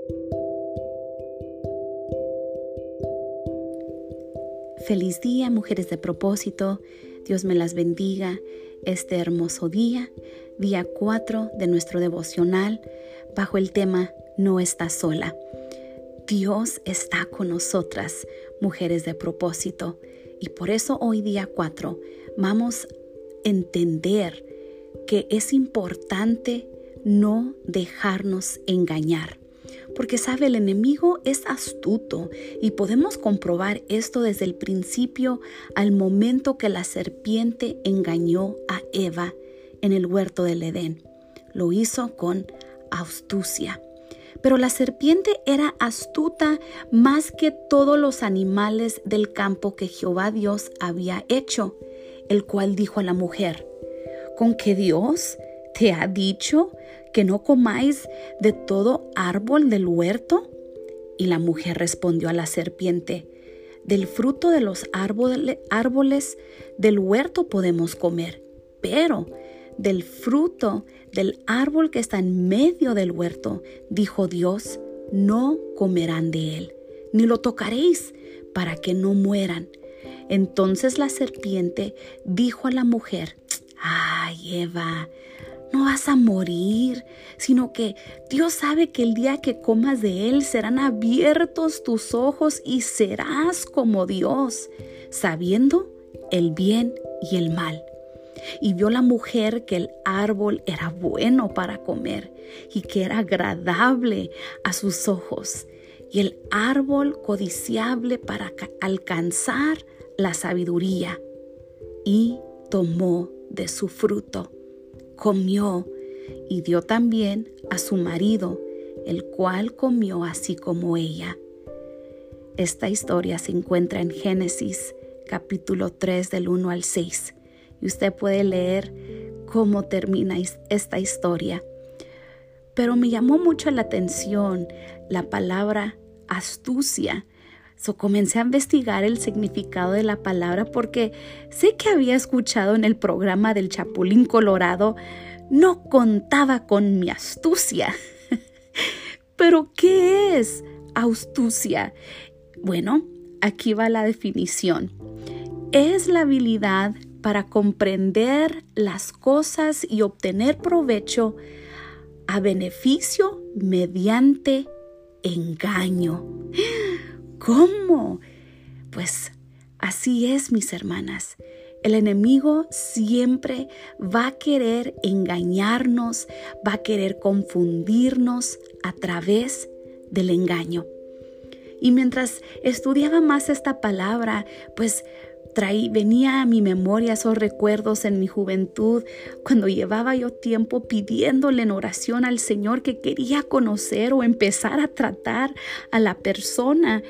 Feliz día, mujeres de propósito. Dios me las bendiga este hermoso día 4 de nuestro devocional, bajo el tema No estás sola. Dios está con nosotras, mujeres de propósito, y por eso hoy día 4 vamos a entender que es importante no dejarnos engañar. Porque sabe, el enemigo es astuto y podemos comprobar esto desde el principio al momento que la serpiente engañó a Eva en el huerto del Edén. Lo hizo con astucia. Pero la serpiente era astuta más que todos los animales del campo que Jehová Dios había hecho, el cual dijo a la mujer: ¿con qué Dios te ha dicho que no comáis de todo árbol del huerto? Y la mujer respondió a la serpiente: del fruto de los árboles del huerto podemos comer, pero del fruto del árbol que está en medio del huerto, dijo Dios, no comerán de él, ni lo tocaréis, para que no mueran. Entonces la serpiente dijo a la mujer: ay, Eva, no vas a morir, sino que Dios sabe que el día que comas de él serán abiertos tus ojos y serás como Dios, sabiendo el bien y el mal. Y vio la mujer que el árbol era bueno para comer y que era agradable a sus ojos, y el árbol codiciable para alcanzar la sabiduría. Y tomó de su fruto, comió y dio también a su marido, el cual comió así como ella. Esta historia se encuentra en Génesis capítulo 3 del 1 al 6 y usted puede leer cómo termina esta historia. Pero me llamó mucho la atención la palabra astucia. Comencé a investigar el significado de la palabra porque sé que había escuchado en el programa del Chapulín Colorado: no contaba con mi astucia. ¿Pero qué es astucia? Bueno, aquí va la definición. Es la habilidad para comprender las cosas y obtener provecho a beneficio mediante engaño. ¿Cómo? Pues así es, mis hermanas. El enemigo siempre va a querer engañarnos, va a querer confundirnos a través del engaño. Y mientras estudiaba más esta palabra, pues venía a mi memoria esos recuerdos en mi juventud, cuando llevaba yo tiempo pidiéndole en oración al Señor que quería conocer o empezar a tratar a la persona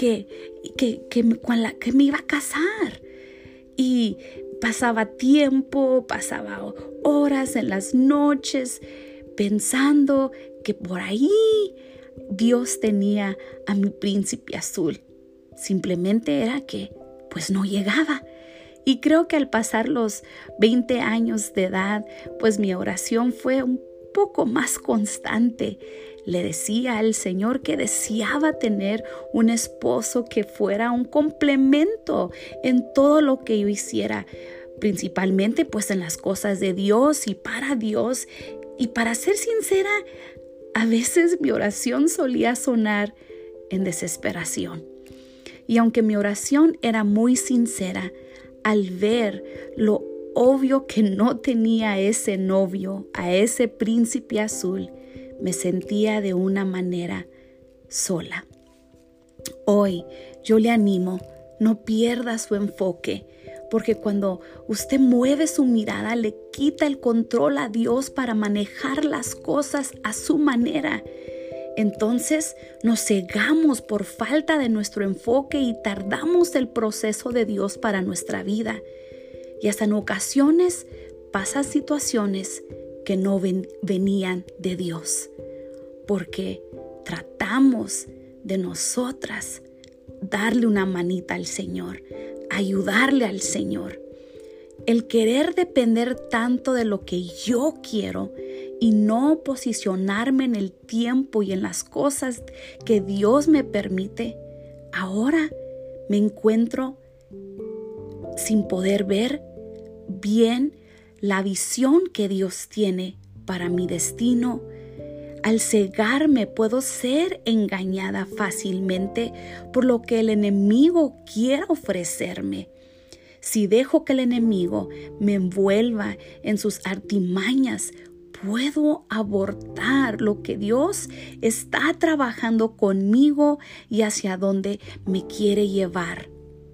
con la que me iba a casar. Y pasaba tiempo, pasaba horas en las noches pensando que por ahí Dios tenía a mi príncipe azul. Simplemente era que pues no llegaba. Y creo que al pasar los 20 años de edad, pues mi oración fue un poco más constante. Le decía al Señor que deseaba tener un esposo que fuera un complemento en todo lo que yo hiciera, principalmente pues en las cosas de Dios y para Dios. Y para ser sincera, a veces mi oración solía sonar en desesperación. Y aunque mi oración era muy sincera, al ver lo obvio que no tenía a ese novio, a ese príncipe azul, me sentía de una manera sola. Hoy yo le animo, no pierda su enfoque, porque cuando usted mueve su mirada, le quita el control a Dios para manejar las cosas a su manera. Entonces nos cegamos por falta de nuestro enfoque y tardamos el proceso de Dios para nuestra vida. Y hasta en ocasiones pasan situaciones que no venían de Dios, porque tratamos de nosotras darle una manita al Señor, ayudarle al Señor. El querer depender tanto de lo que yo quiero y no posicionarme en el tiempo y en las cosas que Dios me permite, ahora me encuentro sin poder ver bien la visión que Dios tiene para mi destino. Al cegarme puedo ser engañada fácilmente por lo que el enemigo quiera ofrecerme. Si dejo que el enemigo me envuelva en sus artimañas, puedo abortar lo que Dios está trabajando conmigo y hacia donde me quiere llevar.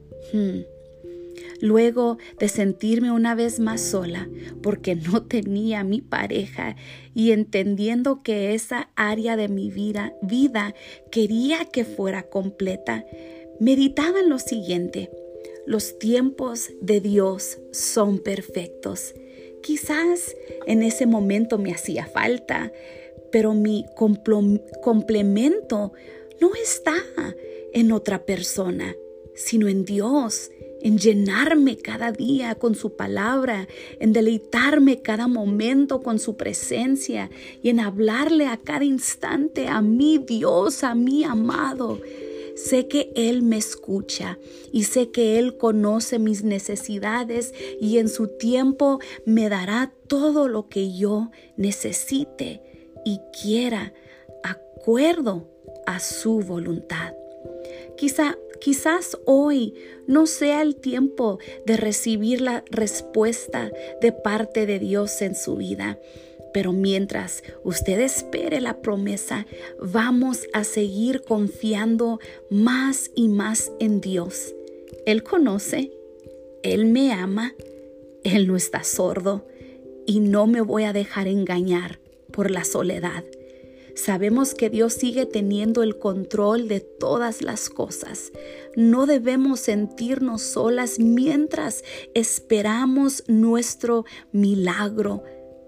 Luego de sentirme una vez más sola porque no tenía a mi pareja y entendiendo que esa área de mi vida quería que fuera completa, meditaba en lo siguiente: los tiempos de Dios son perfectos. Quizás en ese momento me hacía falta, pero mi complemento no está en otra persona, sino en Dios, en llenarme cada día con su palabra, en deleitarme cada momento con su presencia y en hablarle a cada instante a mi Dios, a mi amado. Sé que Él me escucha y sé que Él conoce mis necesidades y en su tiempo me dará todo lo que yo necesite y quiera, acuerdo a su voluntad. Quizás hoy no sea el tiempo de recibir la respuesta de parte de Dios en su vida, pero mientras usted espere la promesa, vamos a seguir confiando más y más en Dios. Él conoce, Él me ama, Él no está sordo y no me voy a dejar engañar por la soledad. Sabemos que Dios sigue teniendo el control de todas las cosas. No debemos sentirnos solas mientras esperamos nuestro milagro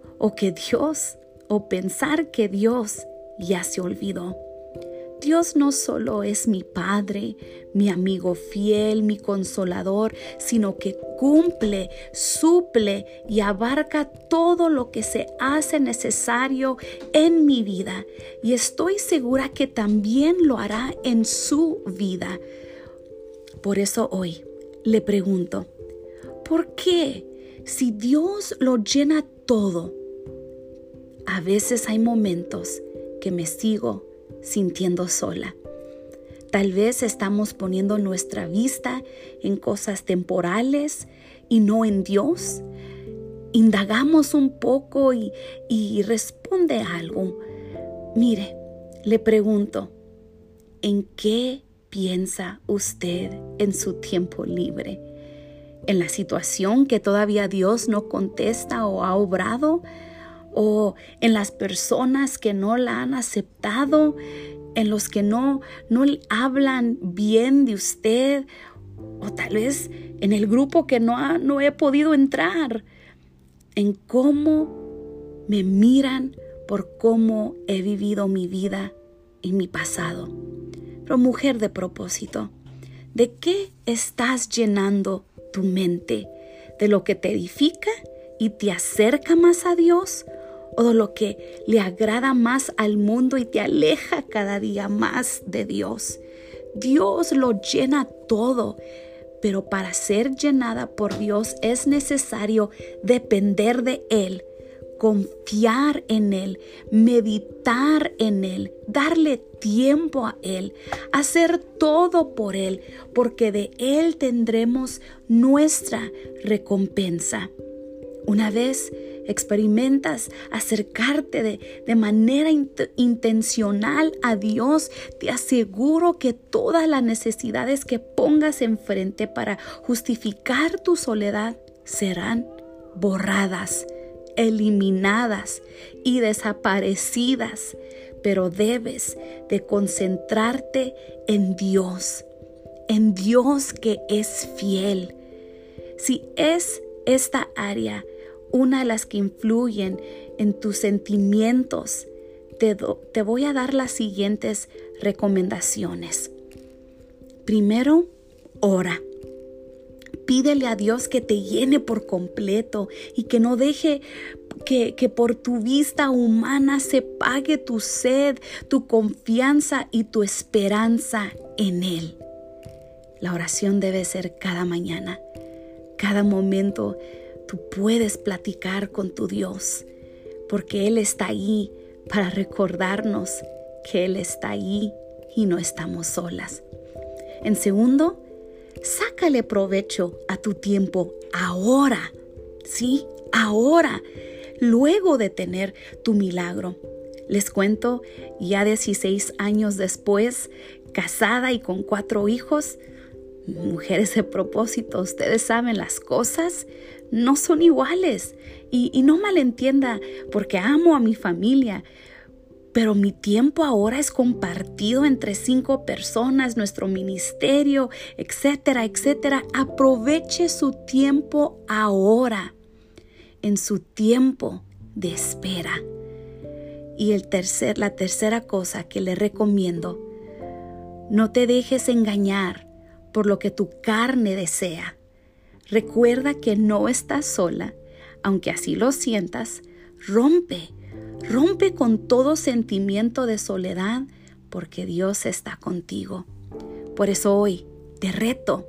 o pensar que Dios ya se olvidó. Dios no solo es mi Padre, mi amigo fiel, mi consolador, sino que cumple, suple y abarca todo lo que se hace necesario en mi vida. Y estoy segura que también lo hará en su vida. Por eso hoy le pregunto, ¿por qué si Dios lo llena todo, a veces hay momentos que me sigo sintiendo sola? Tal vez estamos poniendo nuestra vista en cosas temporales y no en Dios. Indagamos un poco y responde algo. Mire, le pregunto, ¿en qué piensa usted en su tiempo libre? ¿En la situación que todavía Dios no contesta o ha obrado? ¿O en las personas que no la han aceptado? ¿En los que no hablan bien de usted? ¿O tal vez en el grupo que no he podido entrar? ¿En cómo me miran por cómo he vivido mi vida y mi pasado? Pero mujer de propósito, ¿de qué estás llenando tu mente? ¿De lo que te edifica y te acerca más a Dios? ¿O de lo que le agrada más al mundo y te aleja cada día más de Dios? Dios lo llena todo, pero para ser llenada por Dios es necesario depender de Él, confiar en Él, meditar en Él, darle tiempo a Él, hacer todo por Él, porque de Él tendremos nuestra recompensa. Una vez experimentas acercarte de manera intencional a Dios, te aseguro que todas las necesidades que pongas enfrente para justificar tu soledad serán borradas, eliminadas y desaparecidas. Pero debes de concentrarte en Dios que es fiel. Si es esta área una de las que influyen en tus sentimientos, te voy a dar las siguientes recomendaciones. Primero, ora. Pídele a Dios que te llene por completo y que no deje que por tu vista humana se pague tu sed, tu confianza y tu esperanza en Él. La oración debe ser cada mañana, cada momento. Tú puedes platicar con tu Dios, porque Él está ahí para recordarnos que Él está ahí y no estamos solas. En segundo, sácale provecho a tu tiempo ahora, ¿sí? Ahora, luego de tener tu milagro. Les cuento, ya 16 años después, casada y con 4 hijos, mujeres de propósito, ustedes saben, las cosas no son iguales. Y no malentienda, porque amo a mi familia, pero mi tiempo ahora es compartido entre 5 personas, nuestro ministerio, etcétera, etcétera. Aproveche su tiempo ahora, en su tiempo de espera. Y la tercera cosa que le recomiendo, no te dejes engañar por lo que tu carne desea. Recuerda que no estás sola, aunque así lo sientas. Rompe con todo sentimiento de soledad, porque Dios está contigo. Por eso hoy te reto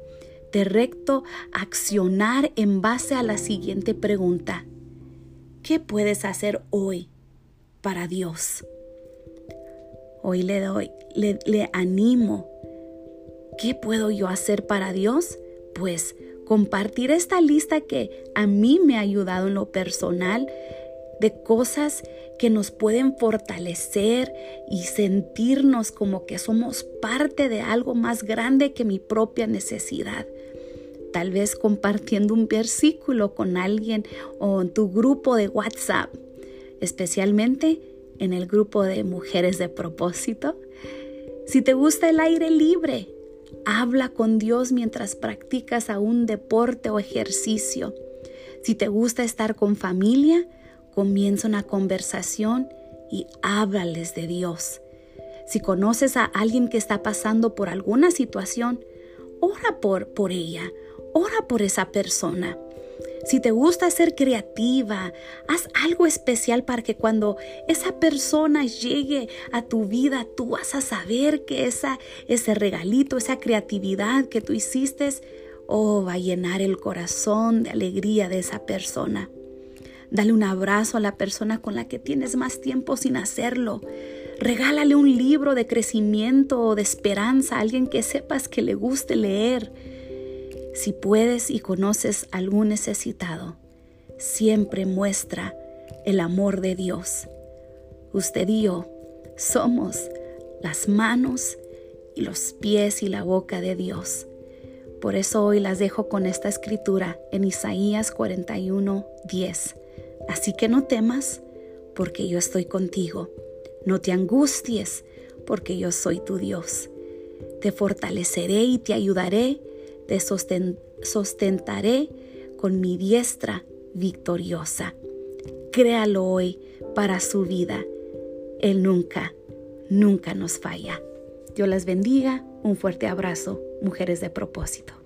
a accionar en base a la siguiente pregunta: ¿qué puedes hacer hoy para Dios? Hoy le animo. ¿Qué puedo yo hacer para Dios? Pues compartir esta lista que a mí me ha ayudado en lo personal, de cosas que nos pueden fortalecer y sentirnos como que somos parte de algo más grande que mi propia necesidad. Tal vez compartiendo un versículo con alguien o en tu grupo de WhatsApp, especialmente en el grupo de mujeres de propósito. Si te gusta el aire libre, habla con Dios mientras practicas un deporte o ejercicio. Si te gusta estar con familia, comienza una conversación y háblales de Dios. Si conoces a alguien que está pasando por alguna situación, ora por ella, ora por esa persona. Si te gusta ser creativa, haz algo especial para que cuando esa persona llegue a tu vida, tú vas a saber que ese regalito, esa creatividad que tú hiciste, va a llenar el corazón de alegría de esa persona. Dale un abrazo a la persona con la que tienes más tiempo sin hacerlo. Regálale un libro de crecimiento o de esperanza a alguien que sepas que le guste leer. Si puedes y conoces a algún necesitado, siempre muestra el amor de Dios. Usted y yo somos las manos y los pies y la boca de Dios. Por eso hoy las dejo con esta escritura en Isaías 41:10. Así que no temas, porque yo estoy contigo. No te angusties, porque yo soy tu Dios. Te fortaleceré y te ayudaré. Te sustentaré con mi diestra victoriosa. Créalo hoy para su vida. Él nunca nos falla. Dios las bendiga. Un fuerte abrazo, mujeres de propósito.